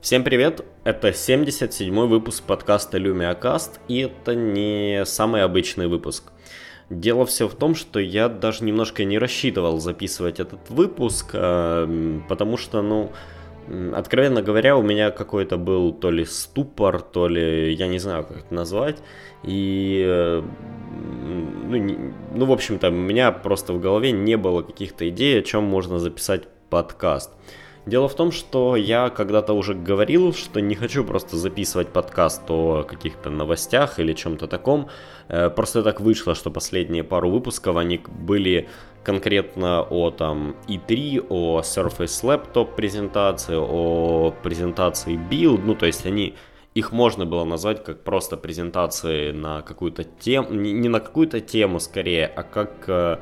Всем привет! Это 77-й выпуск подкаста LumiaCast, и это не самый обычный выпуск. Дело все в том, что я даже немножко не рассчитывал записывать этот выпуск, потому что, откровенно говоря, у меня какой-то был то ли ступор, то ли, я не знаю, как это назвать, и, в общем-то, у меня просто в голове не было каких-то идей, о чем можно записать подкаст. Дело в том, что я когда-то уже говорил, что не хочу просто записывать подкаст о каких-то новостях или чем-то таком. Просто так вышло, что последние пару выпусков они были конкретно о E3, о Surface Laptop презентации, о презентации Build. То есть их можно было назвать как просто презентации на какую-то тему, не на какую-то тему скорее, а как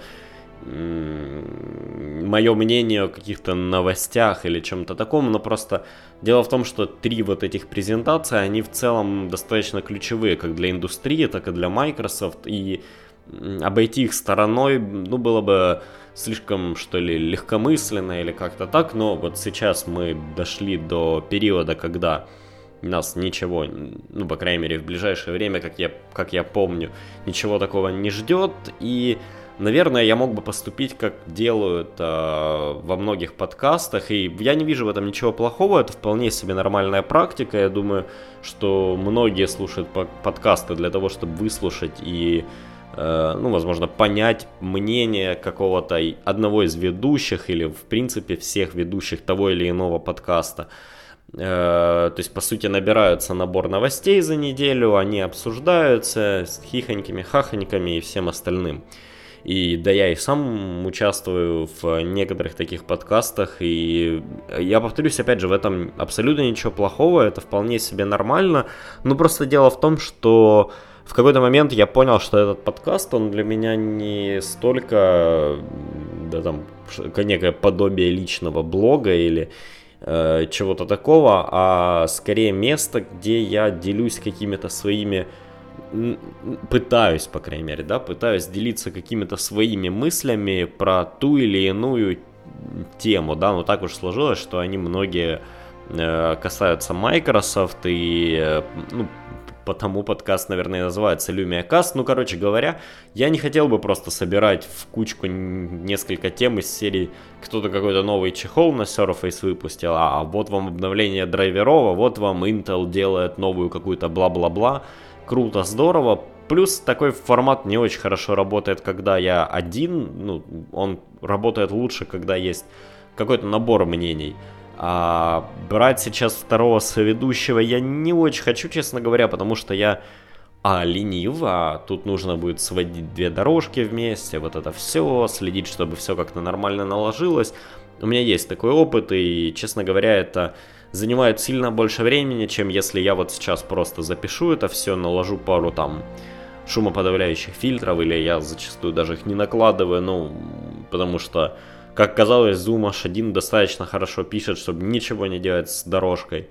мое мнение о каких-то новостях или чем-то таком, но просто дело в том, что 3 вот этих презентации, они в целом достаточно ключевые как для индустрии, так и для Microsoft, и обойти их стороной, было бы слишком, что ли, легкомысленно или как-то так, но вот сейчас мы дошли до периода, когда нас ничего, по крайней мере в ближайшее время, как я помню, ничего такого не ждет, и наверное, я мог бы поступить, как делают во многих подкастах, и я не вижу в этом ничего плохого, это вполне себе нормальная практика. Я думаю, что многие слушают подкасты для того, чтобы выслушать и, возможно, понять мнение какого-то одного из ведущих или, в принципе, всех ведущих того или иного подкаста. То есть, по сути, набирается набор новостей за неделю, они обсуждаются с хихоньками, хахоньками и всем остальным. И да, я и сам участвую в некоторых таких подкастах, и я повторюсь, опять же, в этом абсолютно ничего плохого, это вполне себе нормально, но просто дело в том, что в какой-то момент я понял, что этот подкаст, он для меня не столько, некое подобие личного блога или чего-то такого, а скорее место, где я делюсь какими-то своими... Пытаюсь, по крайней мере, пытаюсь делиться какими-то своими мыслями про ту или иную тему, но так уж сложилось, что они многие касаются Microsoft, и, потому подкаст, наверное, называется LumiaCast. Короче говоря, я не хотел бы просто собирать в кучку несколько тем из серии кто-то какой-то новый чехол на Surface выпустил, а вот вам обновление драйверов, а вот вам Intel делает новую какую-то бла-бла-бла. Круто, здорово. Плюс такой формат не очень хорошо работает, когда я один. Он работает лучше, когда есть какой-то набор мнений. А брать сейчас второго соведущего я не очень хочу, честно говоря, потому что я ленив, тут нужно будет сводить 2 дорожки вместе, вот это все, следить, чтобы все как-то нормально наложилось. У меня есть такой опыт, и, честно говоря, это занимает сильно больше времени, чем если я вот сейчас просто запишу это все, наложу пару шумоподавляющих фильтров, или я зачастую даже их не накладываю, потому что, как казалось, Zoom H1 достаточно хорошо пишет, чтобы ничего не делать с дорожкой.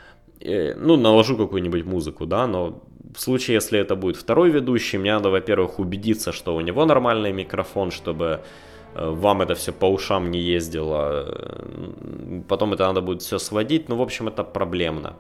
Наложу какую-нибудь музыку, но в случае, если это будет второй ведущий, мне надо, во-первых, убедиться, что у него нормальный микрофон, чтобы вам это все по ушам не ездило, потом это надо будет все сводить, в общем, это проблемно.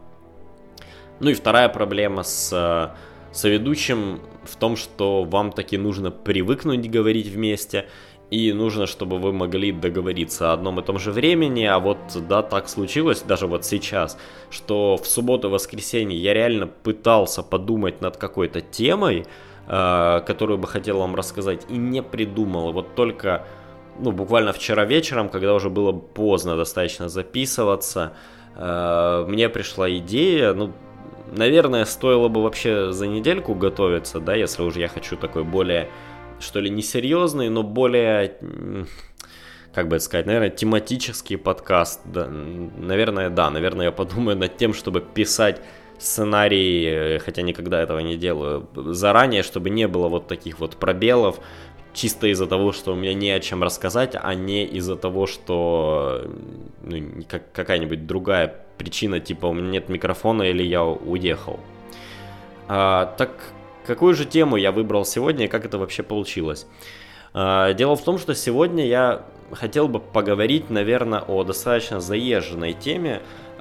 И вторая проблема с соведущим в том, что вам таки нужно привыкнуть говорить вместе, и нужно, чтобы вы могли договориться о одном и том же времени, а вот, так случилось, даже вот сейчас, что в субботу и воскресенье я реально пытался подумать над какой-то темой, которую бы хотел вам рассказать, и не придумал, вот только... буквально вчера вечером, когда уже было поздно достаточно записываться, мне пришла идея, наверное, стоило бы вообще за недельку готовиться, если уже я хочу такой более, что ли, несерьезный, но более, как бы это сказать, наверное, тематический подкаст, наверное, я подумаю над тем, чтобы писать сценарий, хотя никогда этого не делаю, заранее, чтобы не было вот таких вот пробелов, чисто из-за того, что у меня не о чем рассказать, а не из-за того, что какая-нибудь другая причина, типа у меня нет микрофона или я уехал. Так какую же тему я выбрал сегодня и как это вообще получилось? Дело в том, что сегодня я хотел бы поговорить, наверное, о достаточно заезженной теме,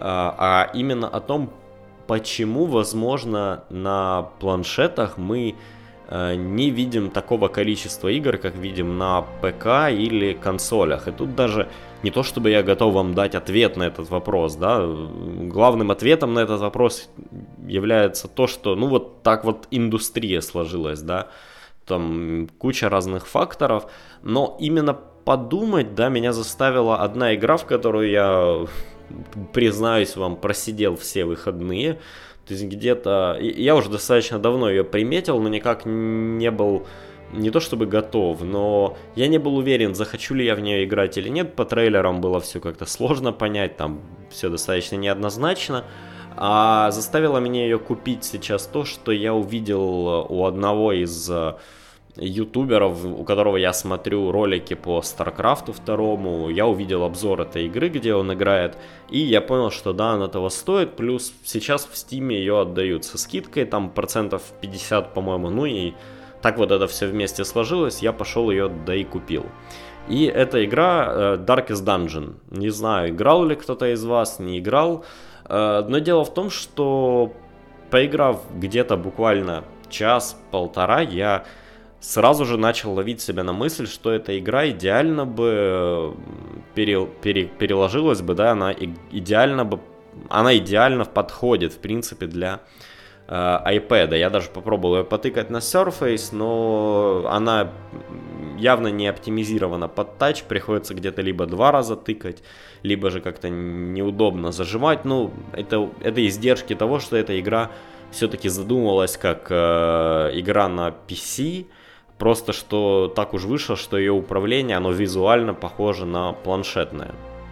а именно о том, почему, возможно, на планшетах мы не видим такого количества игр, как видим на ПК или консолях. И тут даже не то, чтобы я готов вам дать ответ на этот вопрос, да, главным ответом на этот вопрос является то, что, ну, вот так вот индустрия сложилась, да, там куча разных факторов, но именно подумать, да, меня заставила одна игра, в которую я, признаюсь вам, просидел все выходные. То есть где-то, я уже достаточно давно ее приметил, но никак не был, не то чтобы готов, но я не был уверен, захочу ли я в нее играть или нет. По трейлерам было все как-то сложно понять, там все достаточно неоднозначно. А заставило меня ее купить сейчас то, что я увидел у одного из ютуберов, у которого я смотрю ролики по StarCraft 2, я увидел обзор этой игры, где он играет, и я понял, что да, она того стоит, плюс сейчас в Steam ее отдают со скидкой, там процентов 50, по-моему, ну и так вот это все вместе сложилось, я пошел ее, да и купил. И эта игра Darkest Dungeon, не знаю, играл ли кто-то из вас, не играл, но дело в том, что поиграв где-то буквально час-полтора, я сразу же начал ловить себя на мысль, что эта игра идеально бы переложилась бы, да, она идеально подходит, в принципе, для iPad. Я даже попробовал ее потыкать на Surface, но она явно не оптимизирована под Touch, приходится где-то либо 2 раза тыкать, либо же как-то неудобно зажимать. Ну, это издержки того, что эта игра все-таки задумывалась как игра на PC, просто что так уж вышло, что ее управление, оно визуально похоже на планшетное.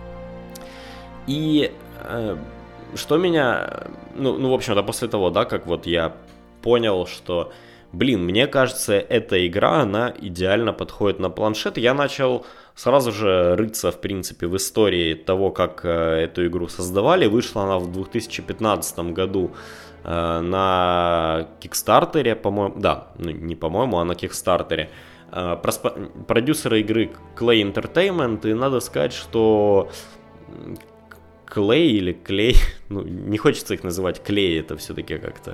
И что меня, ну, в общем-то, после того, да, как вот я понял, что, мне кажется, эта игра, она идеально подходит на планшет, я начал сразу же рыться, в принципе, в истории того, как эту игру создавали. Вышла она в 2015 году на Кикстартере, по-моему, да, ну не по-моему, а на Кикстартере. Продюсеры игры Clay Entertainment, и надо сказать, что Clay или Clay, ну не хочется их называть Clay, это все-таки как-то,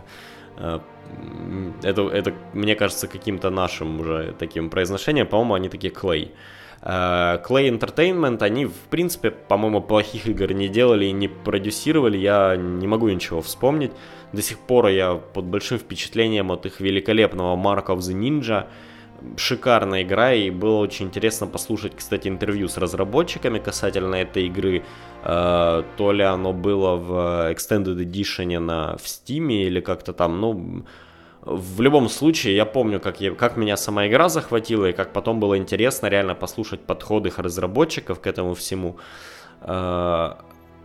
это мне кажется каким-то нашим уже таким произношением, по-моему, они такие Clay. Clay Entertainment, они, в принципе, по-моему, плохих игр не делали и не продюсировали, я не могу ничего вспомнить. До сих пор я под большим впечатлением от их великолепного Mark of the Ninja. Шикарная игра, и было очень интересно послушать, кстати, интервью с разработчиками касательно этой игры. То ли оно было в Extended Edition в Steam или как-то там, ну... В любом случае, я помню, как меня сама игра захватила, и как потом было интересно реально послушать подходы их разработчиков к этому всему. Но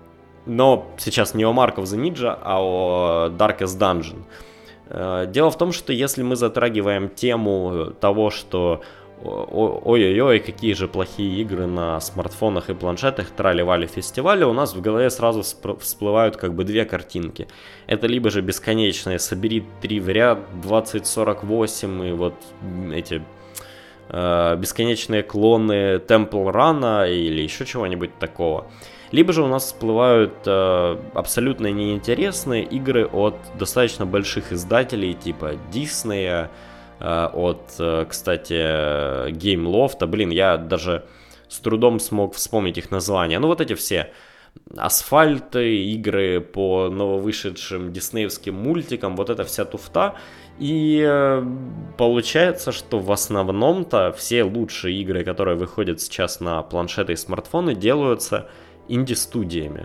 сейчас не о Mark of the Ninja, а о Darkest Dungeon. Дело в том, что если мы затрагиваем тему того, что ой-ой-ой, какие же плохие игры на смартфонах и планшетах, трали-вали фестиваля, у нас в голове сразу всплывают как бы две картинки. Это либо же бесконечное «Собери 3 в ряд», 2048 и вот эти бесконечные клоны Temple Run или еще чего-нибудь такого. Либо же у нас всплывают абсолютно неинтересные игры от достаточно больших издателей типа Disney, от, кстати, Gameloft. Я даже с трудом смог вспомнить их названия. Ну, вот эти все асфальты, игры по нововышедшим диснеевским мультикам, вот эта вся туфта. И получается, что в основном-то все лучшие игры, которые выходят сейчас на планшеты и смартфоны, делаются инди-студиями.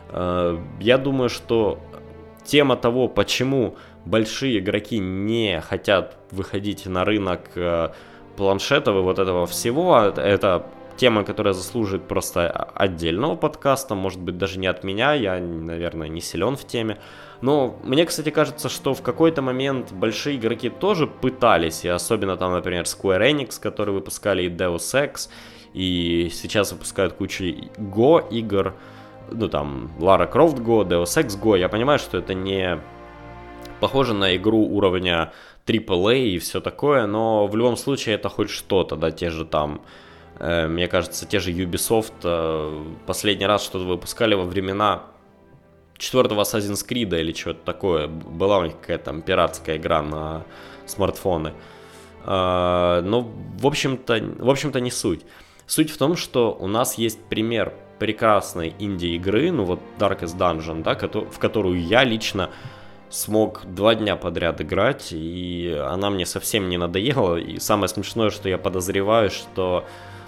Я думаю, что тема того, почему большие игроки не хотят выходить на рынок планшетов и вот этого всего, это тема, которая заслуживает просто отдельного подкаста, может быть, даже не от меня, я, наверное, не силен в теме. Но мне, кстати, кажется, что в какой-то момент большие игроки тоже пытались, и особенно там, например, Square Enix, которые выпускали и Deus Ex, и сейчас выпускают кучу Go игр, ну там, Lara Croft Go, Deus Ex Go. Я понимаю, что это не похоже на игру уровня AAA и все такое, но в любом случае это хоть что-то, да, те же там, мне кажется, те же Ubisoft последний раз что-то выпускали во времена четвертого Assassin's Creed или что-то такое. Была у них какая-то там пиратская игра на смартфоны. Но, в общем-то, не суть. Суть в том, что у нас есть пример прекрасной инди-игры, ну вот Darkest Dungeon, да, в которую я лично смог 2 дня подряд играть, и она мне совсем не надоела. И самое смешное, что я подозреваю, что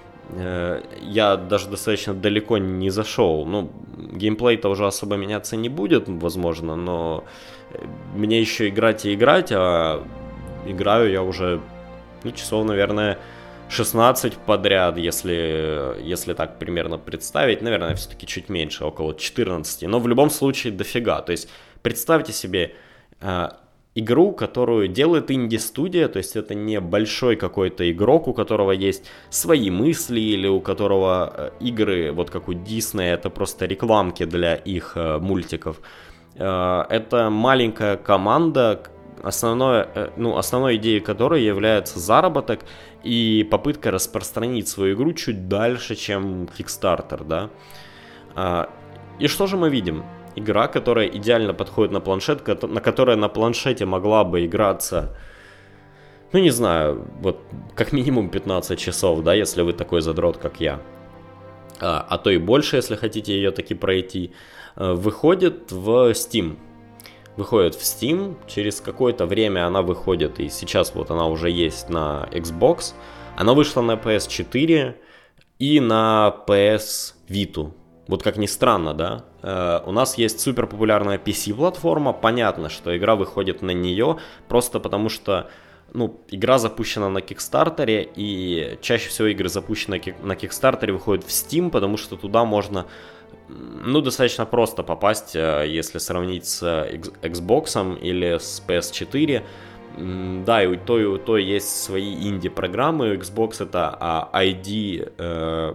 я даже достаточно далеко не зашел. Ну, геймплей-то уже особо меняться не будет, возможно, но мне еще играть и играть, а играю я уже, ну, часов, наверное, 16 подряд, если так примерно представить. Наверное, все-таки чуть меньше, около 14. Но в любом случае дофига. То есть представьте себе игру, которую делает инди-студия, то есть это не большой какой-то игрок, у которого есть свои мысли, или у которого игры, вот как у Disney, это просто рекламки для их мультиков. Это маленькая команда, основной идеей которой является заработок и попытка распространить свою игру чуть дальше, чем Kickstarter, да. И что же мы видим? Игра, которая идеально подходит на планшет, которая на планшете могла бы играться, ну не знаю, вот как минимум 15 часов, да, если вы такой задрот, как я, а то и больше, если хотите ее таки пройти, выходит в Steam. Выходит в Steam, через какое-то время она выходит, и сейчас вот она уже есть на Xbox, она вышла на PS4 и на PS Vita. Вот как ни странно, да, у нас есть супер популярная PC-платформа, понятно, что игра выходит на нее, просто потому что, ну, игра запущена на Kickstarter, и чаще всего игры, запущенные на Kickstarter, выходят в Steam, потому что туда можно, ну, достаточно просто попасть, если сравнить с Xbox или с PS4. Да, и у той есть свои инди-программы, у Xbox это ID...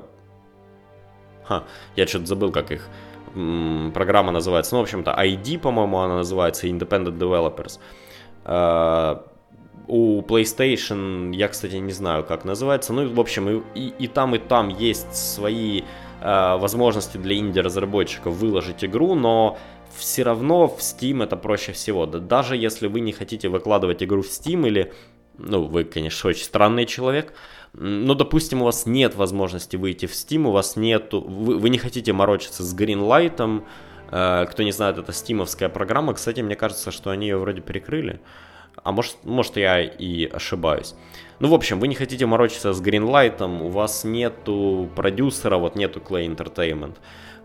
я что-то забыл, как их программа называется. Ну, в общем-то, ID, по-моему, она называется, Independent Developers. У PlayStation, я, кстати, не знаю, как называется. Ну, в общем, и там есть свои возможности для инди-разработчиков выложить игру, но все равно в Steam это проще всего. Даже если вы не хотите выкладывать игру в Steam или... Ну, вы, конечно, очень странный человек, но, допустим, у вас нет возможности выйти в Steam, у вас нету, вы не хотите морочиться с Greenlight, кто не знает, это стимовская программа, кстати, мне кажется, что они ее вроде перекрыли, а может я и ошибаюсь. Ну, в общем, вы не хотите морочиться с Greenlight, у вас нету продюсера, вот нету Clay Entertainment,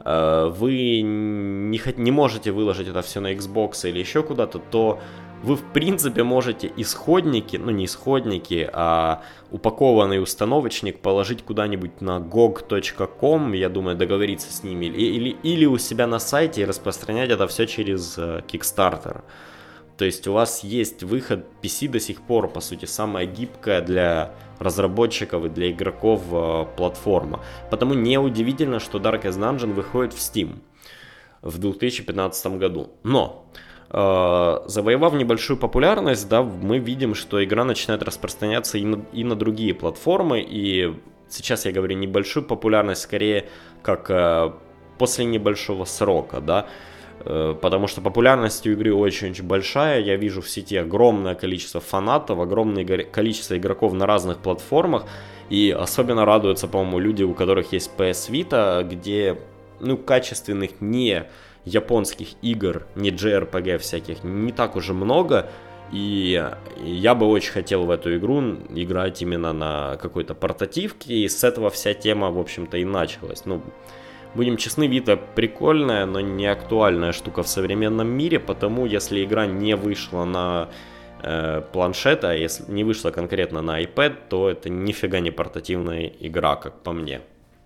вы не можете выложить это все на Xbox или еще куда-то, то вы, в принципе, можете исходники, ну не исходники, а упакованный установочник положить куда-нибудь на gog.com, я думаю, договориться с ними, или у себя на сайте и распространять это все через Kickstarter. То есть у вас есть выход, PC до сих пор, по сути, самая гибкая для разработчиков и для игроков платформа. Потому неудивительно, что Darkest Dungeon выходит в Steam в 2015 году. Но... завоевав небольшую популярность, да, мы видим, что игра начинает распространяться и на другие платформы, и сейчас я говорю небольшую популярность, скорее как после небольшого срока, да, потому что популярность у игры очень-очень большая, я вижу в сети огромное количество фанатов, огромное количество игроков на разных платформах, и особенно радуются, по-моему, люди, у которых есть PS Vita, где, ну, качественных не японских игр, не JRPG всяких, не так уже много, и я бы очень хотел в эту игру играть именно на какой-то портативке, и с этого вся тема, в общем-то, и началась. Ну, будем честны, Vita прикольная, но не актуальная штука в современном мире, потому если игра не вышла на планшет, а если не вышла конкретно на iPad, то это нифига не портативная игра, как по мне.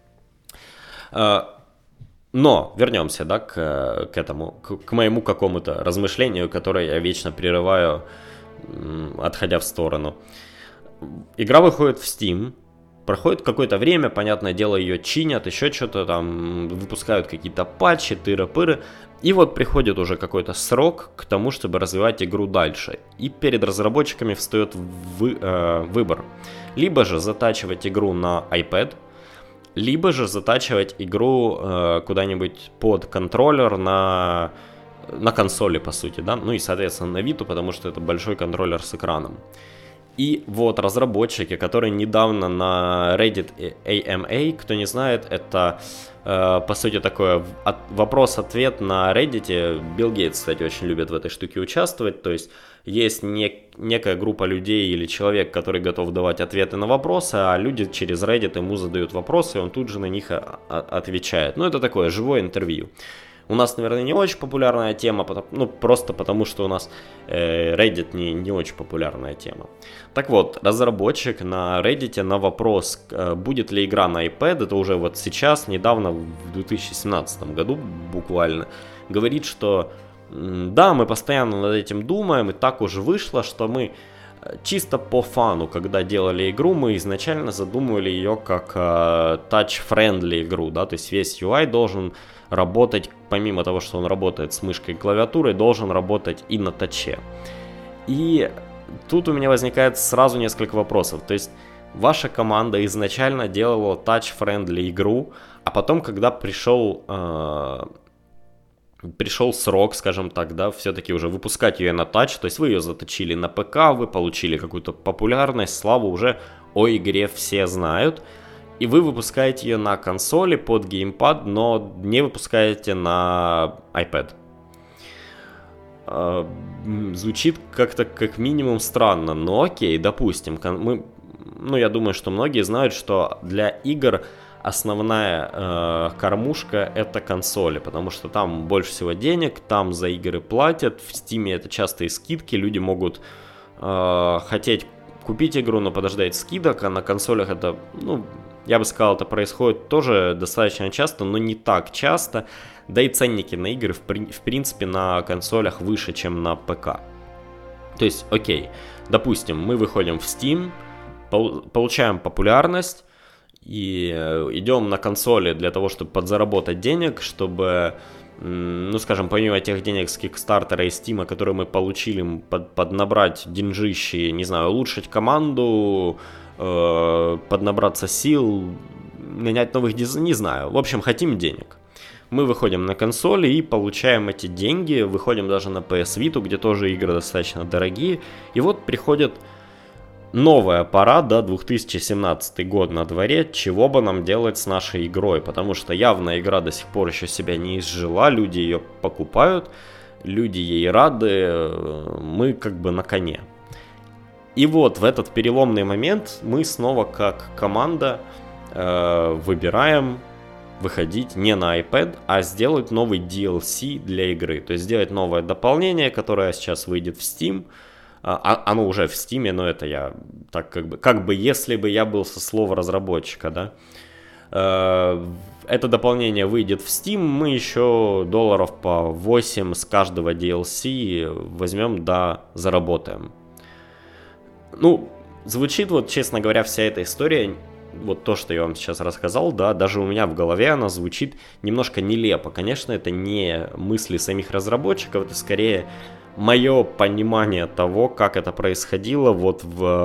Но вернемся, да, к этому, к моему какому-то размышлению, которое я вечно прерываю, отходя в сторону. Игра выходит в Steam, проходит какое-то время, понятное дело, ее чинят, еще что-то там, выпускают какие-то патчи, тыры-пыры, и вот приходит уже какой-то срок к тому, чтобы развивать игру дальше. И перед разработчиками встает выбор. Либо же затачивать игру на iPad, либо же затачивать игру куда-нибудь под контроллер на на консоли, по сути, да, ну и, соответственно, на Vita, потому что это большой контроллер с экраном. И вот разработчики, которые недавно на Reddit AMA, кто не знает, это, по сути, такой вопрос-ответ на Reddit. Билл Гейтс, кстати, очень любит в этой штуке участвовать, то есть есть некая группа людей или человек, который готов давать ответы на вопросы, а люди через Reddit ему задают вопросы, и он тут же на них отвечает. Ну, это такое живое интервью. У нас, наверное, не очень популярная тема, ну, просто потому, что у нас Reddit не очень популярная тема. Так вот, разработчик на Reddit на вопрос, будет ли игра на iPad, это уже вот сейчас, недавно, в 2017 году буквально, говорит, что да, мы постоянно над этим думаем, и так уже вышло, что мы чисто по фану, когда делали игру, мы изначально задумывали ее как touch-friendly игру, да, то есть весь UI должен работать, помимо того, что он работает с мышкой и клавиатурой, должен работать и на таче. И тут у меня возникает сразу несколько вопросов. То есть ваша команда изначально делала touch-friendly игру, а потом, когда пришел срок, скажем так, да, все-таки уже выпускать ее на тач, то есть вы ее заточили на ПК, вы получили какую-то популярность, славу, уже о игре все знают, и вы выпускаете ее на консоли под геймпад, но не выпускаете на iPad. Звучит как-то как минимум странно, но окей, допустим, я думаю, что многие знают, что для игр основная кормушка это консоли, потому что там больше всего денег, там за игры платят, в Steam это частые скидки, люди могут хотеть купить игру, но подождать скидок, а на консолях это, я бы сказал, это происходит тоже достаточно часто, но не так часто, да и ценники на игры в принципе на консолях выше, чем на ПК. То есть, окей, допустим, мы выходим в Steam, получаем популярность, и идем на консоли для того, чтобы подзаработать денег, чтобы, скажем, помимо тех денег с Kickstarter и Steam, которые мы получили, поднабрать деньжищи, не знаю, улучшить команду, поднабраться сил, нанять новых дизайнеров, не знаю. В общем, хотим денег. Мы выходим на консоли и получаем эти деньги, выходим даже на PS Vita, где тоже игры достаточно дорогие, и вот приходит новая пора, да, 2017 год на дворе, чего бы нам делать с нашей игрой, потому что явно игра до сих пор еще себя не изжила, люди ее покупают, люди ей рады, мы как бы на коне. И вот в этот переломный момент мы снова как команда выбираем выходить не на iPad, а сделать новый DLC для игры, то есть сделать новое дополнение, которое сейчас выйдет в Steam. Оно уже в Steam, но это я так как бы если бы я был со слова разработчика, да. Это дополнение выйдет в Steam, мы еще долларов по 8 с каждого DLC возьмем, да, заработаем. Звучит вот, честно говоря, вся эта история, вот то, что я вам сейчас рассказал, да, даже у меня в голове она звучит немножко нелепо. Конечно, это не мысли самих разработчиков, это скорее мое понимание того, как это происходило вот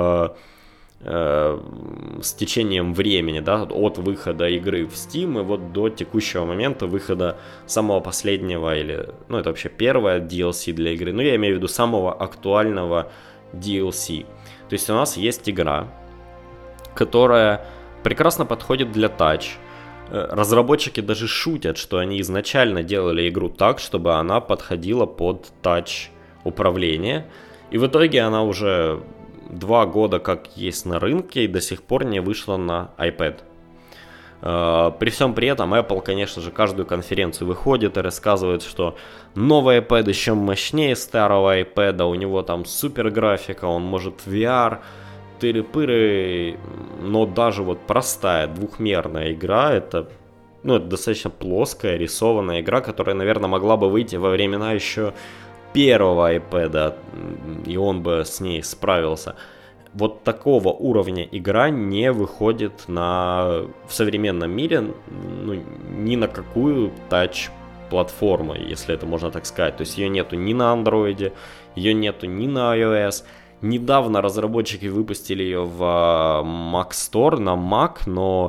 с течением времени, да, от выхода игры в Steam и вот до текущего момента выхода самого последнего или, это вообще первое DLC для игры, я имею в виду самого актуального DLC. То есть у нас есть игра, которая прекрасно подходит для тач. Разработчики даже шутят, что они изначально делали игру так, чтобы она подходила под тач управление, и в итоге она уже 2 года как есть на рынке и до сих пор не вышла на iPad. При всем при этом Apple, конечно же, каждую конференцию выходит и рассказывает, что новый iPad еще мощнее старого iPad, у него там супер графика, он может VR, тыры-пыры, но даже вот простая двухмерная игра, это достаточно плоская рисованная игра, которая, наверное, могла бы выйти во времена еще первого iPad, и он бы с ней справился. Вот такого уровня игра не выходит в современном мире ни на какую тач-платформу, если это можно так сказать. То есть ее нету ни на Android, ее нету ни на iOS. Недавно разработчики выпустили ее в Mac Store на Mac, но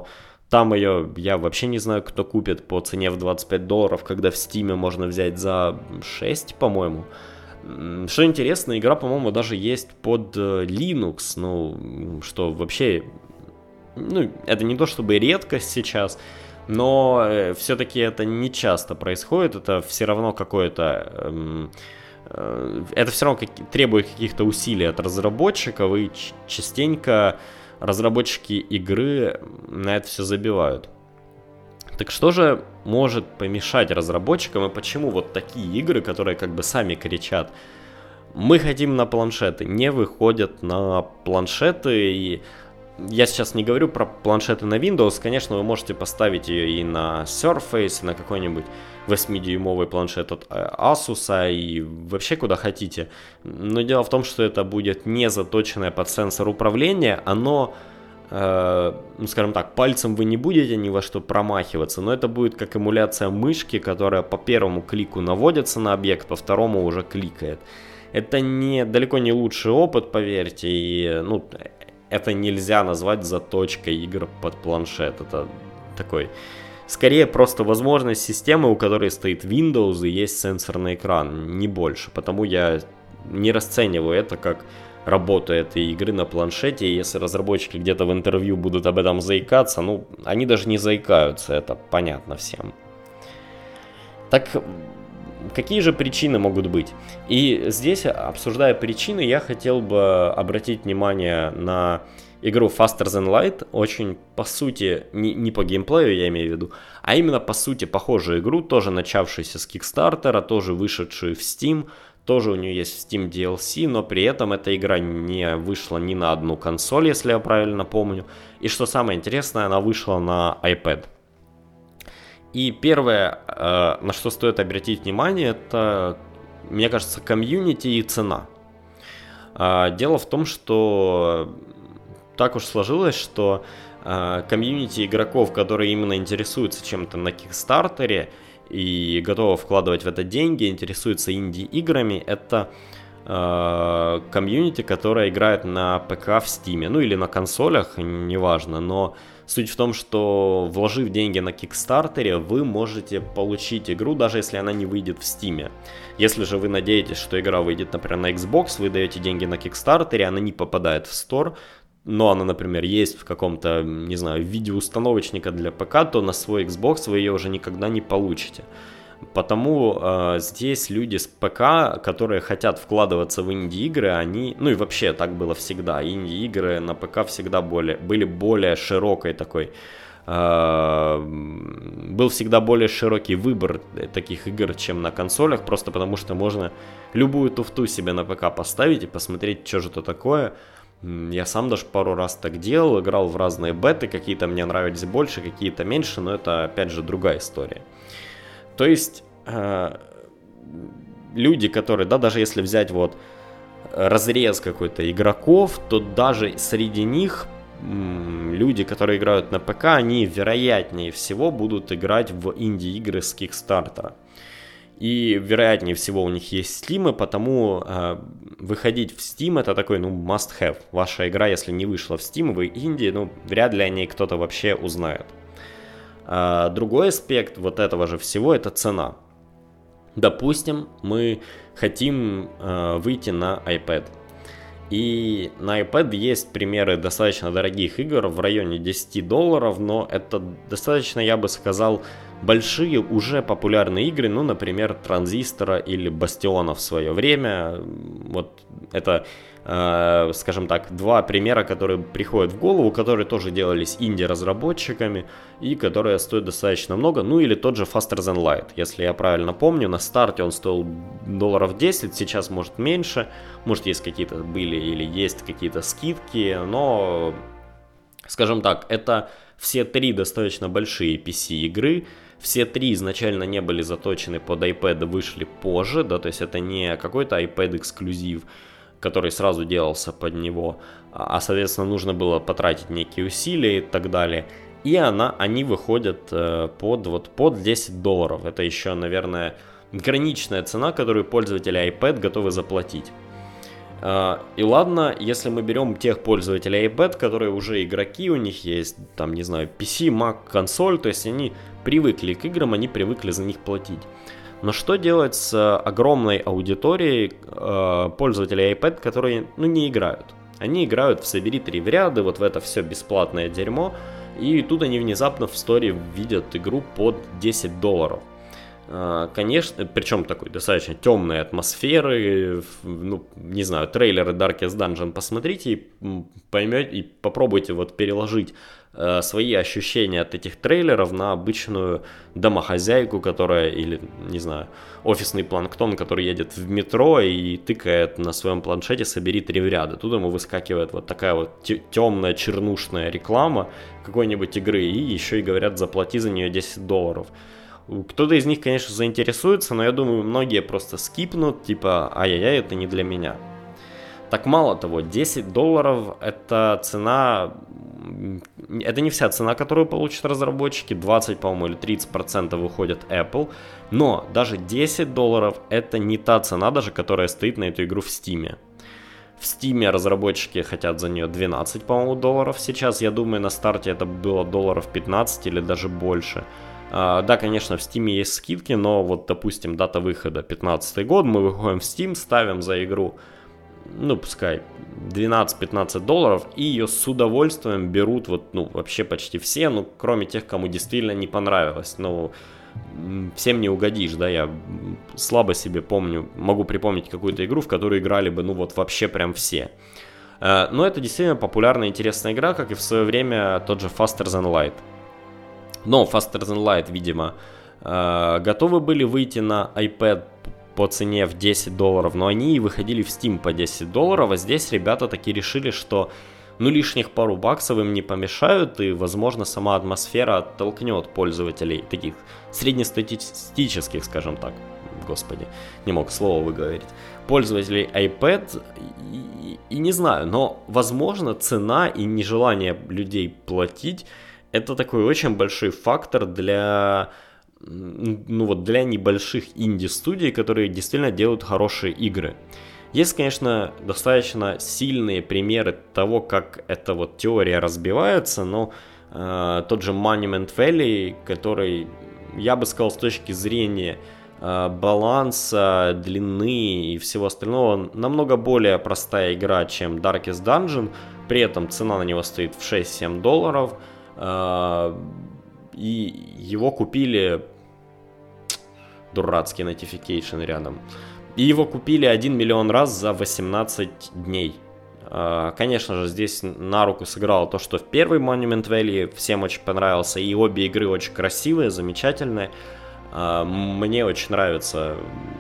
Там ее я вообще не знаю, кто купит по цене в $25, когда в Steam можно взять за 6, по-моему. Что интересно, игра, по-моему, даже есть под Linux, ну, что вообще, ну, это не то чтобы редкость сейчас, но все-таки это не часто происходит, это все равно какое-то... это все равно требует каких-то усилий от разработчиков, и частенько разработчики игры на это все забивают. Так что же может помешать разработчикам, и почему вот такие игры, которые как бы сами кричат, мы хотим на планшеты, не выходят на планшеты? И я сейчас не говорю про планшеты на Windows, конечно, вы можете поставить ее и на Surface, и на какой-нибудь 8-дюймовый планшет от Asus, и вообще куда хотите. Но дело в том, что это будет не заточенное под сенсор управления, оно... ну, скажем так, пальцем вы не будете ни во что промахиваться, но это будет как эмуляция мышки, которая по первому клику наводится на объект, по второму уже кликает. Это далеко не лучший опыт, поверьте, и ну, это нельзя назвать заточкой игр под планшет. Это такой, скорее просто возможность системы, у которой стоит Windows и есть сенсорный экран, не больше. Потому я не расцениваю это как работу этой игры на планшете, и если разработчики где-то в интервью будут об этом заикаться, ну, они даже не заикаются, это понятно всем. Так, какие же причины могут быть? И здесь, обсуждая причины, я хотел бы обратить внимание на игру Faster Than Light, очень, по сути, не по геймплею я имею в виду, а именно, по сути, похожую игру, тоже начавшуюся с Kickstarter, тоже вышедшую в Steam. Тоже у нее есть в Steam DLC, но при этом эта игра не вышла ни на одну консоль, если я правильно помню. И что самое интересное, она вышла на iPad. И первое, на что стоит обратить внимание, это, мне кажется, комьюнити и цена. Дело в том, что так уж сложилось, что комьюнити игроков, которые именно интересуются чем-то на Kickstarter и готовы вкладывать в это деньги, интересуются инди-играми, это комьюнити, которая играет на ПК в Steam, ну или на консолях, неважно, но суть в том, что вложив деньги на Kickstarter, вы можете получить игру, даже если она не выйдет в Steam. Если же вы надеетесь, что игра выйдет, например, на Xbox, вы даете деньги на Kickstarter, она не попадает в Store, но она, например, есть в каком-то, не знаю, виде установочника для ПК, то на свой Xbox вы ее уже никогда не получите. Потому здесь люди с ПК, которые хотят вкладываться в инди-игры, они, ну и вообще так было всегда, инди-игры на ПК всегда были более широкой такой, был всегда более широкий выбор таких игр, чем на консолях, просто потому что можно любую туфту себе на ПК поставить и посмотреть, что же это такое. Я сам даже пару раз так делал, играл в разные беты, какие-то мне нравились больше, какие-то меньше, но это опять же другая история. То есть люди, которые, да, даже если взять вот разрез какой-то игроков, то даже среди них люди, которые играют на ПК, они вероятнее всего будут играть в инди-игры с Kickstarter. И вероятнее всего у них есть Steam, и потому выходить в Steam это такой, ну, must-have. Ваша игра, если не вышла в Steam, вы инди, ну, вряд ли о ней кто-то вообще узнает. Другой аспект вот этого же всего это цена. Допустим, мы хотим выйти на iPad. И на iPad есть примеры достаточно дорогих игр в районе $10, но это достаточно, я бы сказал, большие уже популярные игры, ну, например, Транзистора или Бастиона в свое время. Вот это, скажем так, два примера, которые приходят в голову, которые тоже делались инди-разработчиками и которые стоят достаточно много. Ну, или тот же Faster Than Light, если я правильно помню, на старте он стоил $10, сейчас может меньше, может есть какие-то были или есть какие-то скидки, но, скажем так, это все три достаточно большие PC-игры. Все три изначально не были заточены под iPad, вышли позже, да, то есть это не какой-то iPad-эксклюзив, который сразу делался под него, а, соответственно, нужно было потратить некие усилия и так далее. И они выходят под $10. Это еще, наверное, граничная цена, которую пользователи iPad готовы заплатить. И ладно, если мы берем тех пользователей iPad, которые уже игроки, у них есть, там, не знаю, PC, Mac, консоль, то есть они привыкли к играм, они привыкли за них платить. Но что делать с огромной аудиторией пользователей iPad, которые, не играют? Они играют в «Собери 3 в ряды», вот в это все бесплатное дерьмо, и тут они внезапно в сторе видят игру под $10. Конечно, причем такой достаточно темной атмосферы, не знаю, трейлеры Darkest Dungeon посмотрите и поймете, и попробуйте вот переложить свои ощущения от этих трейлеров на обычную домохозяйку, которая, или, не знаю, офисный планктон, который едет в метро и тыкает на своем планшете «Собери 3 в ряды». Тут ему выскакивает вот такая вот темная чернушная реклама какой-нибудь игры, и еще и говорят, заплати за нее $10. Кто-то из них, конечно, заинтересуется, но я думаю, многие просто скипнут, типа, ай-яй-яй, это не для меня. Так мало того, $10 это цена, это не вся цена, которую получат разработчики, 20, по-моему, или 30% выходит Apple, но даже $10 это не та цена даже, которая стоит на эту игру в Steam. В Steam разработчики хотят за нее 12, по-моему, долларов сейчас, я думаю, на старте это было $15 или даже больше. Да, конечно, в Steam есть скидки, но вот, допустим, дата выхода 15 год, мы выходим в Steam, ставим за игру, пускай $12-15, и ее с удовольствием берут вообще почти все, кроме тех, кому действительно не понравилось. Всем не угодишь, да, я слабо себе могу припомнить какую-то игру, в которую играли бы, вообще прям все. Но это действительно популярная, интересная игра, как и в свое время тот же Faster Than Light. Но Faster Than Light, видимо, готовы были выйти на iPad по цене в $10, но они и выходили в Steam по $10, а здесь ребята таки решили, что лишних пару баксов им не помешают, и, возможно, сама атмосфера оттолкнет пользователей, таких среднестатистических, скажем так, господи, не мог слово выговорить, пользователей iPad, и не знаю, но, возможно, цена и нежелание людей платить это такой очень большой фактор для небольших инди-студий, которые действительно делают хорошие игры. Есть, конечно, достаточно сильные примеры того, как эта теория разбивается, но тот же Monument Valley, который, я бы сказал, с точки зрения баланса, длины и всего остального, намного более простая игра, чем Darkest Dungeon, при этом цена на него стоит в $6-7, и его купили, дурацкий notification рядом, и его купили 1 миллион раз за 18 дней. Конечно же, здесь на руку сыграло то, что в первый Monument Valley всем очень понравился, и обе игры очень красивые, замечательные. Мне очень нравится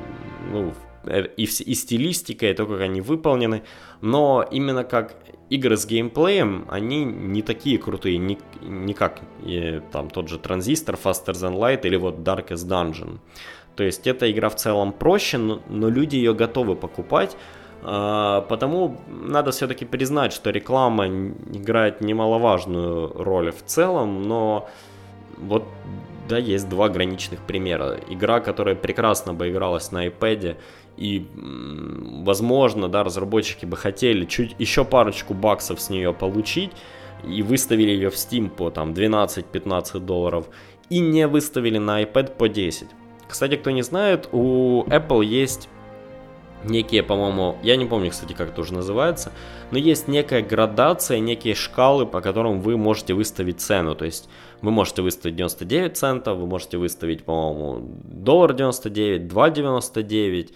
и стилистика, и то, как они выполнены, но именно как игры с геймплеем, они не такие крутые, не как там тот же Transistor, Faster Than Light или Darkest Dungeon. То есть эта игра в целом проще, но люди ее готовы покупать, потому надо все-таки признать, что реклама играет немаловажную роль в целом, но есть два граничных примера. Игра, которая прекрасно бы игралась на iPad, и, возможно, разработчики бы хотели еще парочку баксов с нее получить, и выставили ее в Steam по $12-15, и не выставили на iPad по 10. Кстати, кто не знает, у Apple есть некие, по-моему, я не помню, кстати, как это уже называется, но есть некая градация, некие шкалы, по которым вы можете выставить цену. То есть вы можете выставить 99 центов, вы можете выставить, по-моему, $1.99, $2.99,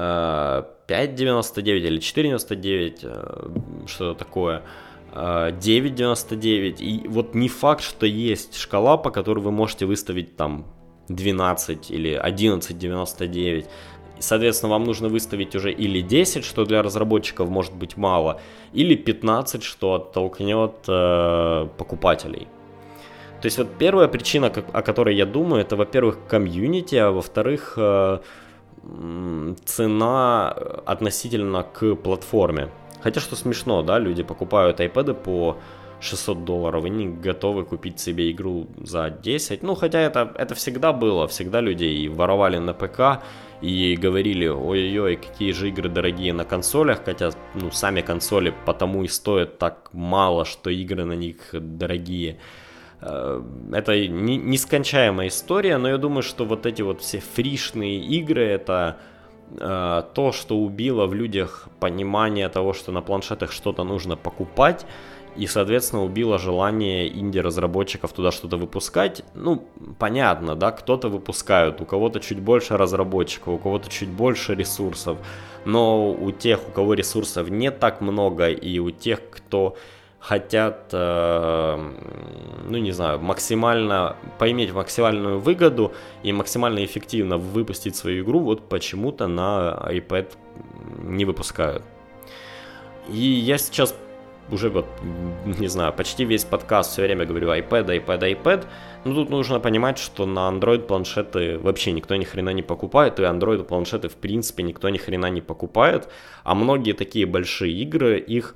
5.99 или 4.99, что-то такое, 9.99. И не факт, что есть шкала, по которой вы можете выставить 12 или 11.99. Соответственно, вам нужно выставить уже или 10, что для разработчиков может быть мало, или 15, что оттолкнет покупателей. То есть первая причина, о которой я думаю, это, во-первых, комьюнити, а во-вторых, цена относительно к платформе. Хотя, что смешно, люди покупают iPad по $600 и не готовы купить себе игру за 10. Хотя это всегда было, всегда людей воровали на ПК, и говорили: ой-ой-ой, какие же игры дорогие на консолях, хотя, ну, сами консоли потому и стоят так мало, что игры на них дорогие. Это нескончаемая история, но я думаю, что вот эти вот все фришные игры — это то, что убило в людях понимание того, что на планшетах что-то нужно покупать, и, соответственно, убило желание инди-разработчиков туда что-то выпускать. Ну, понятно, да, кто-то выпускают, у кого-то чуть больше разработчиков, у кого-то чуть больше ресурсов, но у тех, у кого ресурсов не так много, и у тех, кто хотят, ну не знаю, максимально поиметь максимальную выгоду и максимально эффективно выпустить свою игру, вот почему-то на iPad не выпускают. И я сейчас уже вот, не знаю, почти весь подкаст все время говорю iPad. Но тут нужно понимать, что на Android планшеты вообще никто ни хрена не покупает, и Android планшеты в принципе никто ни хрена не покупает, а многие такие большие игры, их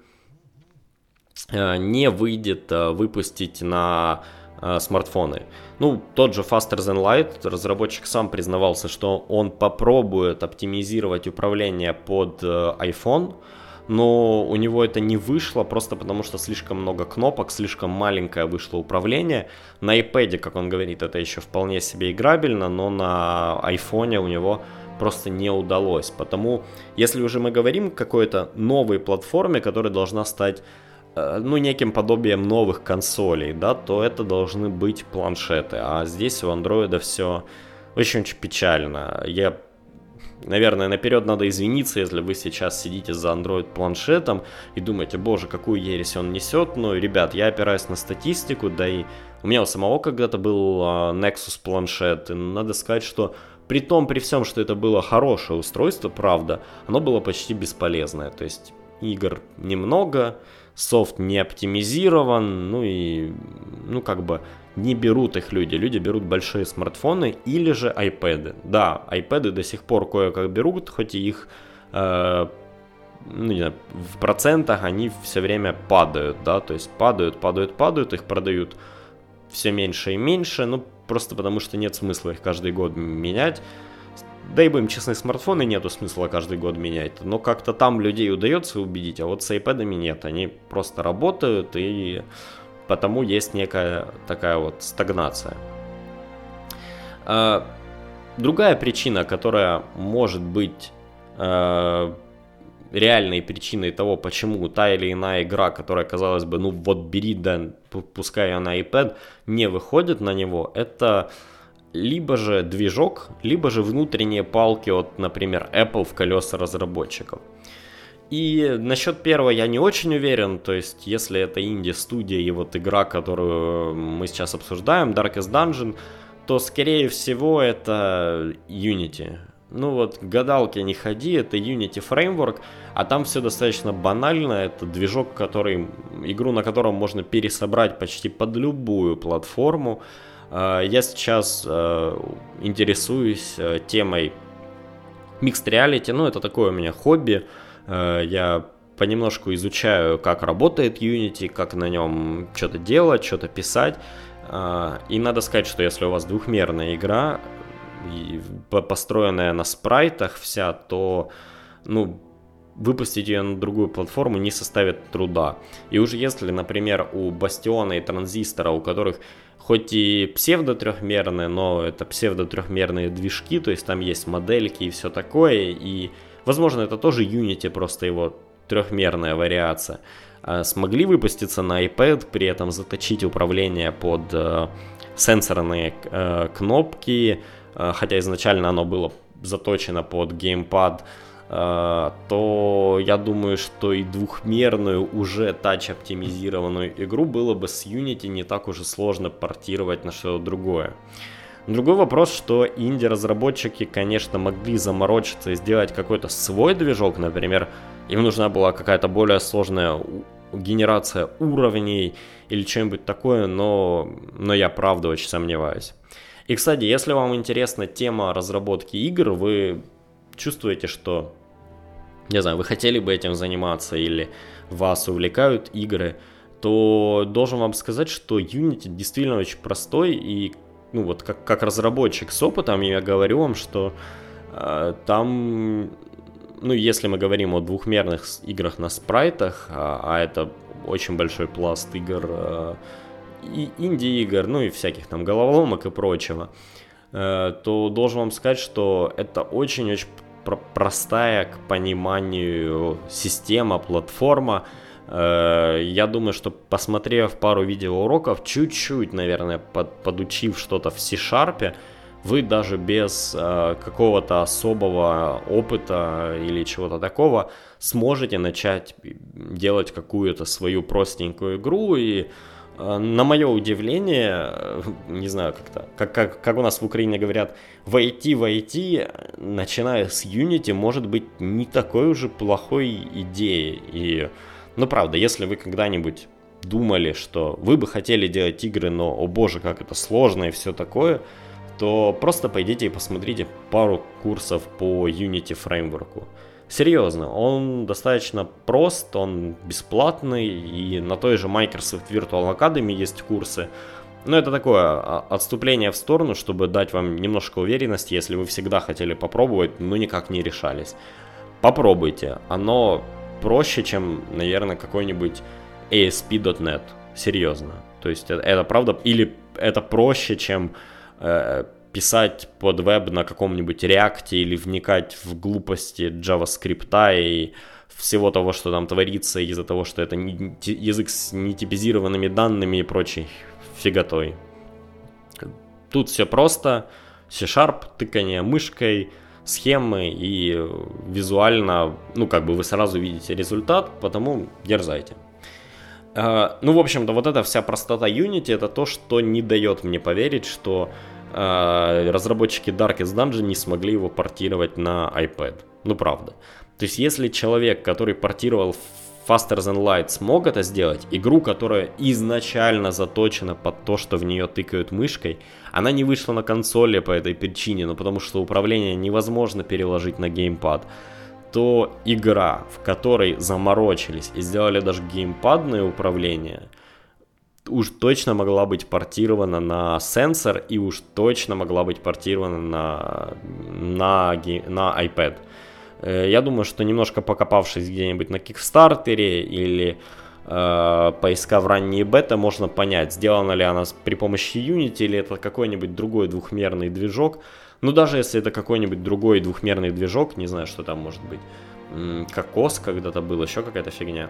не выйдет выпустить на смартфоны. Ну, тот же Faster Than Light, разработчик сам признавался, что он попробует оптимизировать управление под iPhone, но у него это не вышло, просто потому что слишком много кнопок, слишком маленькое вышло управление. На iPad, как он говорит, это еще вполне себе играбельно, но на iPhone у него просто не удалось. Потому, если уже мы говорим о какой-то новой платформе, которая должна стать, ну, неким подобием новых консолей, да, то это должны быть планшеты. А здесь у Android все очень-очень печально. Наверное, наперед надо извиниться, если вы сейчас сидите за Android планшетом и думаете: боже, какую ересь он несет. Но, ребят, я опираюсь на статистику, да и у меня у самого когда-то был Nexus планшет, и надо сказать, что при всем, что это было хорошее устройство, правда, оно было почти бесполезное. То есть игр немного, софт не оптимизирован, ну и, ну, как бы не берут их люди. Люди берут большие смартфоны или же iPad. Да, iPad до сих пор кое-как берут, хоть и их, ну, не знаю, в процентах они все время падают, да, то есть падают, их продают все меньше и меньше, ну, просто потому что нет смысла их каждый год менять. Да и будем честны, смартфоны нету смысла каждый год менять, но как-то там людей удается убедить, а вот с iPad'ами нет, они просто работают, и потому есть некая такая вот стагнация. Другая причина, которая может быть реальной причиной того, почему та или иная игра, которая, казалось бы, ну вот бери, да, пускай она iPad, не выходит на него, это либо же движок, либо же внутренние палки от, например, Apple в колеса разработчиков. И насчет первого я не очень уверен, то есть если это инди-студия и вот игра, которую мы сейчас обсуждаем, Darkest Dungeon, то скорее всего это Unity. Ну вот, к гадалке не ходи, это Unity Framework, а там все достаточно банально, это движок, игру на котором можно пересобрать почти под любую платформу. Я сейчас интересуюсь темой Mixed Reality, ну это такое у меня хобби, я понемножку изучаю, как работает Unity, как на нем что-то делать, что-то писать, и надо сказать, что если у вас двухмерная игра, построенная на спрайтах вся, то, ну, выпустить ее на другую платформу не составит труда. И уже если, например, у Бастиона и Транзистора, у которых хоть и псевдо-трехмерные, но это псевдо-трехмерные движки, то есть там есть модельки и все такое, и, возможно, это тоже Unity, просто его трехмерная вариация, смогли выпуститься на iPad, при этом заточить управление под сенсорные кнопки, хотя изначально оно было заточено под геймпад, то я думаю, что и двухмерную, уже тач-оптимизированную игру было бы с Unity не так уж и сложно портировать на что-то другое. Другой вопрос, что инди-разработчики, конечно, могли заморочиться и сделать какой-то свой движок, например, им нужна была какая-то более сложная генерация уровней или что-нибудь такое, но я правда очень сомневаюсь. И, кстати, если вам интересна тема разработки игр, вы чувствуете, что, не знаю, вы хотели бы этим заниматься или вас увлекают игры, то должен вам сказать, что Unity действительно очень простой, и, ну вот, как разработчик с опытом, я говорю вам, что Там, ну, если мы говорим о двухмерных играх на спрайтах, а это очень большой пласт игр, и инди-игр, ну и всяких там головоломок и прочего, то должен вам сказать, что это очень-очень простая к пониманию система, платформа. Я думаю, что посмотрев пару видеоуроков, чуть-чуть, наверное, подучив что-то в C-Sharp, вы даже без какого-то особого опыта или чего-то такого сможете начать делать какую-то свою простенькую игру. И на мое удивление, не знаю, как у нас в Украине говорят, войти, начиная с Unity, может быть не такой уже плохой идеей. И, ну правда, если вы когда-нибудь думали, что вы бы хотели делать игры, но, о боже, как это сложно и все такое, то просто пойдите и посмотрите пару курсов по Unity фреймворку. Серьезно, он достаточно прост, он бесплатный, и на той же Microsoft Virtual Academy есть курсы. Но это такое отступление в сторону, чтобы дать вам немножко уверенности, если вы всегда хотели попробовать, но никак не решались. Попробуйте, оно проще, чем, наверное, какой-нибудь ASP.NET, серьезно. То есть это правда, или это проще, чем писать под веб на каком-нибудь React или вникать в глупости JavaScript и всего того, что там творится из-за того, что это язык с нетипизированными данными и прочей фигатой. Тут все просто. C-Sharp, тыкание мышкой, схемы и визуально, ну как бы вы сразу видите результат, потому дерзайте. Ну, в общем-то, вот эта вся простота Unity, это то, что не дает мне поверить, что разработчики Darkest Dungeon не смогли его портировать на iPad. Ну, правда. То есть, если человек, который портировал Faster Than Light, смог это сделать, игру, которая изначально заточена под то, что в нее тыкают мышкой, она не вышла на консоли по этой причине, но потому что управление невозможно переложить на геймпад, то игра, в которой заморочились и сделали даже геймпадное управление, уж точно могла быть портирована на сенсор и уж точно могла быть портирована на iPad. Я думаю, что немножко покопавшись где-нибудь на Кикстартере или поискав ранние бета, можно понять, сделана ли она при помощи Unity или это какой-нибудь другой двухмерный движок. Но даже если это какой-нибудь другой двухмерный движок, не знаю, что там может быть, Кокос когда-то был, еще какая-то фигня.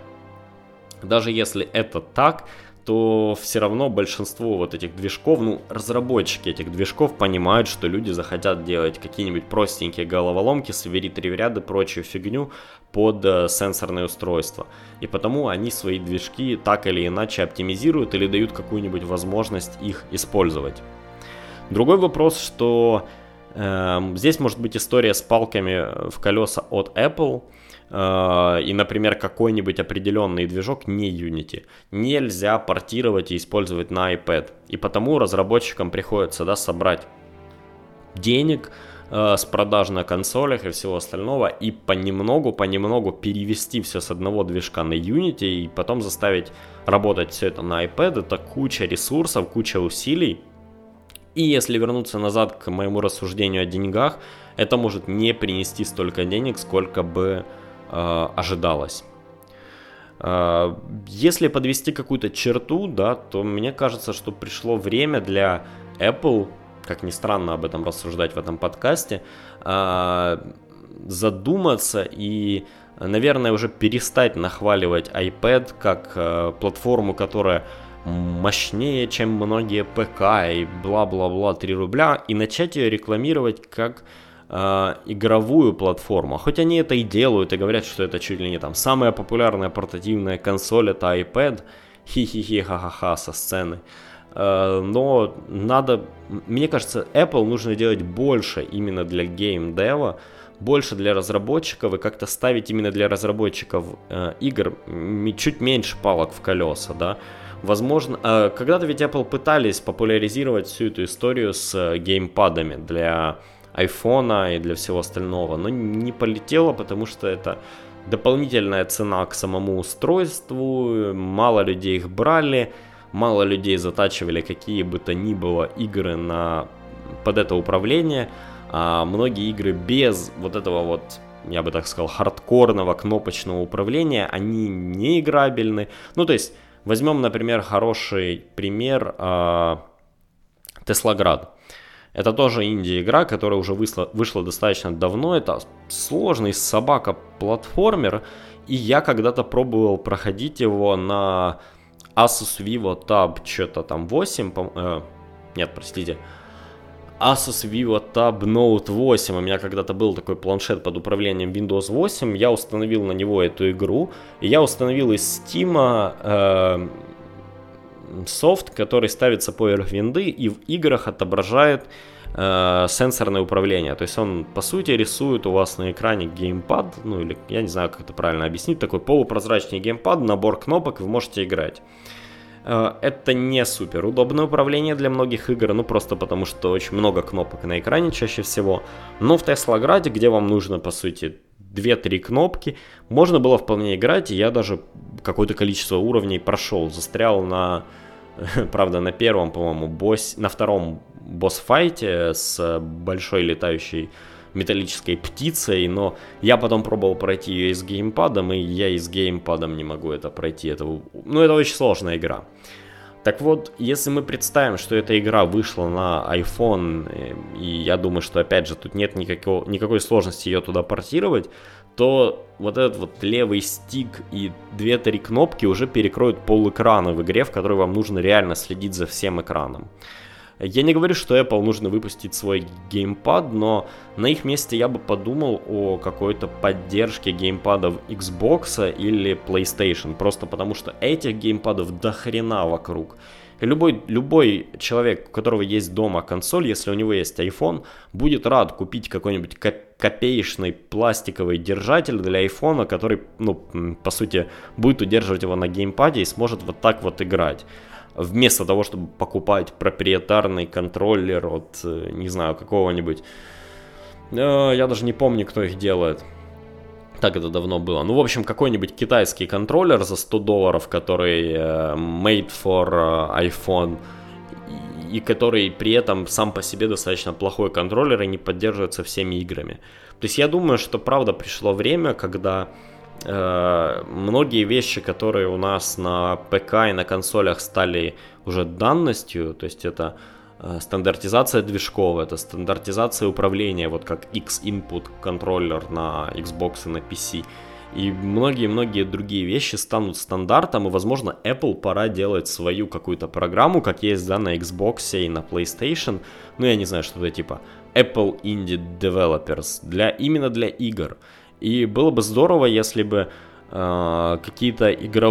Даже если это так, то все равно большинство вот этих движков, ну, разработчики этих движков понимают, что люди захотят делать какие-нибудь простенькие головоломки, свери-тривряды, прочую фигню под сенсорное устройство. И потому они свои движки так или иначе оптимизируют или дают какую-нибудь возможность их использовать. Другой вопрос, что здесь может быть история с палками в колеса от Apple. И, например, какой-нибудь определенный движок, не Unity, нельзя портировать и использовать на iPad. И потому разработчикам приходится собрать денег с продаж на консолях и всего остального и понемногу перевести все с одного движка на Unity и потом заставить работать все это на iPad. Это куча ресурсов, куча усилий. И если вернуться назад к моему рассуждению о деньгах, это может не принести столько денег, сколько бы ожидалось. Если подвести какую-то черту, да, то мне кажется, что пришло время для Apple, как ни странно об этом рассуждать в этом подкасте, задуматься и, наверное, уже перестать нахваливать iPad как платформу, которая мощнее, чем многие ПК и бла-бла-бла 3 рубля, и начать ее рекламировать как игровую платформу. Хоть они это и делают, и говорят, что это чуть ли не там самая популярная портативная консоль, это iPad, хи-хи-хи, ха-ха-ха, со сцены. Но надо, мне кажется, Apple нужно делать больше именно для геймдева, больше для разработчиков и как-то ставить именно для разработчиков игр чуть меньше палок в колеса, да. Возможно, когда-то ведь Apple пытались популяризировать всю эту историю с геймпадами для айфона и для всего остального, но не полетело, потому что это дополнительная цена к самому устройству, мало людей их брали, мало людей затачивали какие бы то ни было игры под это управление, А многие игры без вот этого вот, я бы так сказал, хардкорного кнопочного управления, они не играбельны. Ну, то есть, возьмем, например, хороший пример Теслоград. Это тоже инди-игра, которая уже вышла достаточно давно. Это сложный собака-платформер. И я когда-то пробовал проходить его на Asus Vivo Tab что-то там 8. Asus Vivo Tab Note 8. У меня когда-то был такой планшет под управлением Windows 8. Я установил на него эту игру. И я установил из Steam софт, который ставится поверх винды и в играх отображает сенсорное управление. То есть он, по сути, рисует у вас на экране геймпад, ну или, я не знаю, как это правильно объяснить, такой полупрозрачный геймпад, набор кнопок, вы можете играть. Это не супер удобное управление для многих игр, ну просто потому, что очень много кнопок на экране чаще всего. Но в Теслограде, где вам нужно, по сути, 2-3 кнопки, можно было вполне играть, и я даже какое-то количество уровней прошел. Застрял правда, на первом, по-моему, на втором босс-файте с большой летающей металлической птицей, но я потом пробовал пройти ее и с геймпадом, и я и с геймпадом не могу это пройти. Это очень сложная игра. Так вот, если мы представим, что эта игра вышла на iPhone, и я думаю, что, опять же, тут нет никакой сложности ее туда портировать, то вот этот вот левый стик и 2-3 кнопки уже перекроют пол-экрана в игре, в которой вам нужно реально следить за всем экраном. Я не говорю, что Apple нужно выпустить свой геймпад, но на их месте я бы подумал о какой-то поддержке геймпадов Xbox или PlayStation, просто потому что этих геймпадов до хрена вокруг. И любой человек, у которого есть дома консоль, если у него есть iPhone, будет рад купить какой-нибудь копеечный пластиковый держатель для iPhone, который, по сути, будет удерживать его на геймпаде и сможет вот так вот играть. Вместо того, чтобы покупать проприетарный контроллер от, не знаю, какого-нибудь... Я даже не помню, кто их делает. Так это давно было. В общем, какой-нибудь китайский контроллер за $100, который made for iPhone, и который при этом сам по себе достаточно плохой контроллер и не поддерживается всеми играми. То есть я думаю, что правда пришло время, когда... многие вещи, которые у нас на ПК и на консолях стали уже данностью, то есть это стандартизация движков, это стандартизация управления, вот как X-Input контроллер на Xbox и на PC, и многие-многие другие вещи станут стандартом, и, возможно, Apple пора делать свою какую-то программу, как есть, да, на Xbox и на PlayStation, я не знаю, что-то типа Apple Indie Developers, именно для игр. И было бы здорово, если бы какие-то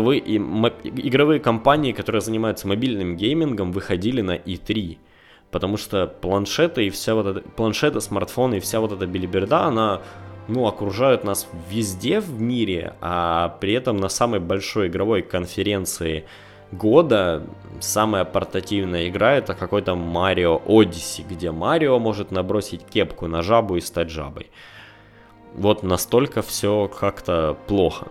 игровые компании, которые занимаются мобильным геймингом, выходили на E3. Потому что планшеты, смартфоны и вся вот эта белиберда, она окружают нас везде в мире, а при этом на самой большой игровой конференции года самая портативная игра — это какой-то Mario Odyssey, где Марио может набросить кепку на жабу и стать жабой. Вот настолько все как-то плохо.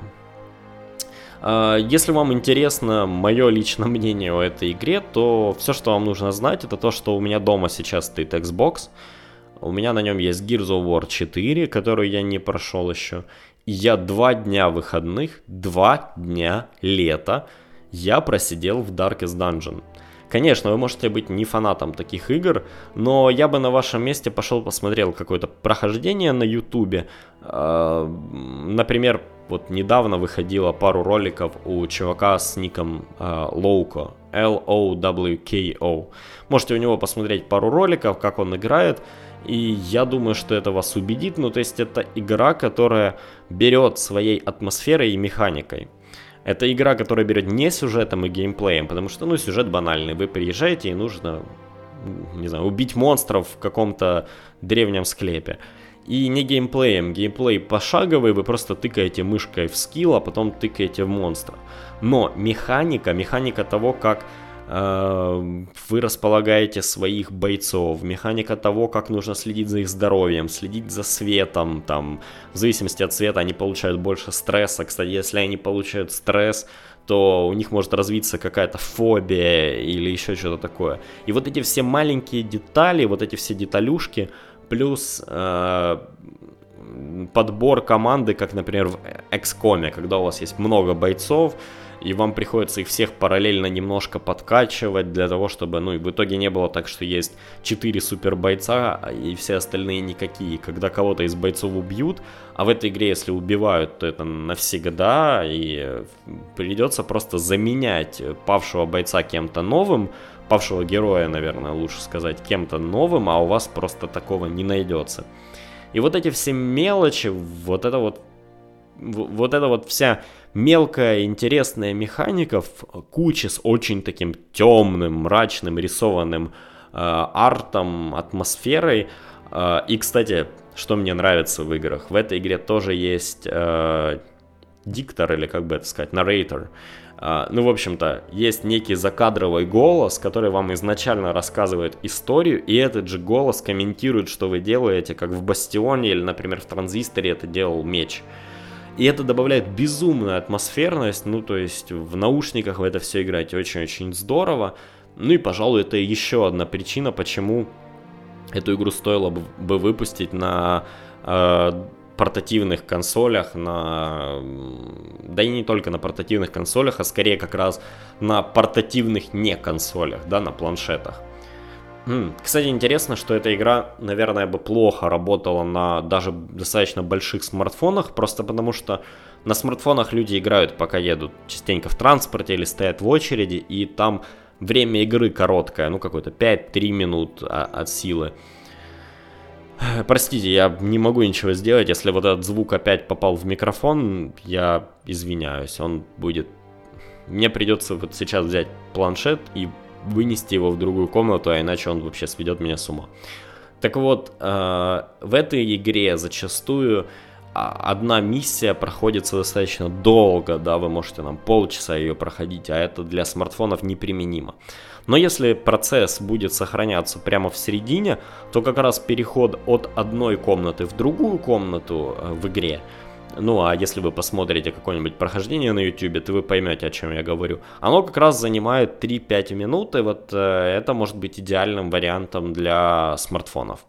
Если вам интересно мое личное мнение о этой игре, то все, что вам нужно знать, это то, что у меня дома сейчас стоит Xbox. У меня на нем есть Gears of War 4, которую я не прошел еще. И я 2 дня выходных, 2 дня лета я просидел в Darkest Dungeon. Конечно, вы можете быть не фанатом таких игр, но я бы на вашем месте пошел посмотрел какое-то прохождение на ютубе. Например, вот недавно выходило пару роликов у чувака с ником Lowko, Lowko. Можете у него посмотреть пару роликов, как он играет, и я думаю, что это вас убедит. То есть это игра, которая берет своей атмосферой и механикой. Это игра, которая берет не сюжетом и геймплеем, потому что, сюжет банальный. Вы приезжаете и нужно, не знаю, убить монстров в каком-то древнем склепе. И не геймплеем. Геймплей пошаговый, вы просто тыкаете мышкой в скилл, а потом тыкаете в монстра. Но механика того, как вы располагаете своих бойцов, механика того, как нужно следить за их здоровьем, следить за светом, в зависимости от цвета они получают больше стресса. Кстати, если они получают стресс, то у них может развиться какая-то фобия или еще что-то такое. И вот эти все маленькие детали, вот эти все деталюшки плюс подбор команды, как, например, в XCOM, когда у вас есть много бойцов, и вам приходится их всех параллельно немножко подкачивать для того, чтобы, ну, и в итоге не было так, что есть 4 супер бойца, и все остальные никакие. Когда кого-то из бойцов убьют, а в этой игре, если убивают, то это навсегда, и придется просто заменять павшего бойца кем-то новым, павшего героя, наверное, лучше сказать, кем-то новым, а у вас просто такого не найдется. И вот эти все мелочи, вот эта вот вся мелкая интересная механика в куче с очень таким темным, мрачным, рисованным артом, атмосферой. И, кстати, что мне нравится в играх, в этой игре тоже есть диктор, или как бы это сказать, нарратор. Ну, в общем-то, есть некий закадровый голос, который вам изначально рассказывает историю, и этот же голос комментирует, что вы делаете, как в Бастионе или, например, в Транзисторе это делал Меч. И это добавляет безумную атмосферность, ну, то есть в наушниках вы это все играете очень-очень здорово. Ну и, пожалуй, это еще одна причина, почему эту игру стоило бы выпустить на портативных консолях, да и не только на портативных консолях, а скорее как раз на портативных не консолях, да, на планшетах. Кстати, интересно, что эта игра, наверное, бы плохо работала на даже достаточно больших смартфонах, просто потому что на смартфонах люди играют, пока едут частенько в транспорте или стоят в очереди, и там время игры короткое, ну какое-то 5-3 минут от силы. Простите, я не могу ничего сделать, если вот этот звук опять попал в микрофон, я извиняюсь, он будет... Мне придется вот сейчас взять планшет и вынести его в другую комнату, а иначе он вообще сведет меня с ума. Так вот, в этой игре зачастую одна миссия проходится достаточно долго, да, вы можете там полчаса ее проходить, а это для смартфонов неприменимо. Но если процесс будет сохраняться прямо в середине, то как раз переход от одной комнаты в другую комнату в игре, ну а если вы посмотрите какое-нибудь прохождение на YouTube, то вы поймете, о чем я говорю, оно как раз занимает 3-5 минут, и вот это может быть идеальным вариантом для смартфонов.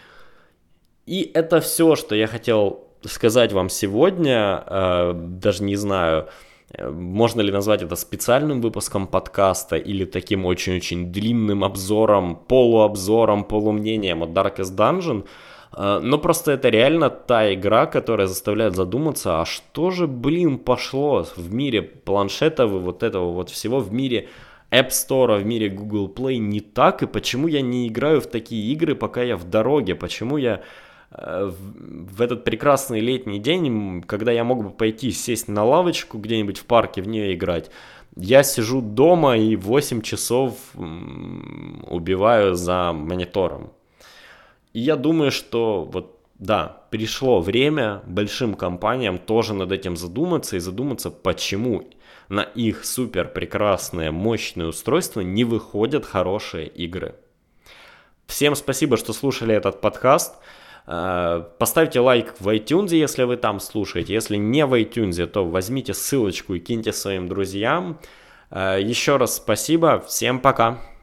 И это все, что я хотел сказать вам сегодня, даже не знаю, можно ли назвать это специальным выпуском подкаста или таким очень-очень длинным обзором, полуобзором, полумнением от Darkest Dungeon, но просто это реально та игра, которая заставляет задуматься, а что же, пошло в мире планшетов и вот этого вот всего, в мире App Store, в мире Google Play не так, и почему я не играю в такие игры, пока я в дороге, почему я в этот прекрасный летний день, когда я мог бы пойти сесть на лавочку где-нибудь в парке, в нее играть, я сижу дома и 8 часов убиваю за монитором. И я думаю, что вот да, пришло время большим компаниям тоже над этим задуматься и задуматься, почему на их супер прекрасные мощные устройства не выходят хорошие игры. Всем спасибо, что слушали этот подкаст. Поставьте лайк в iTunes, если вы там слушаете. Если не в iTunes, то возьмите ссылочку и киньте своим друзьям. Еще раз спасибо. Всем пока.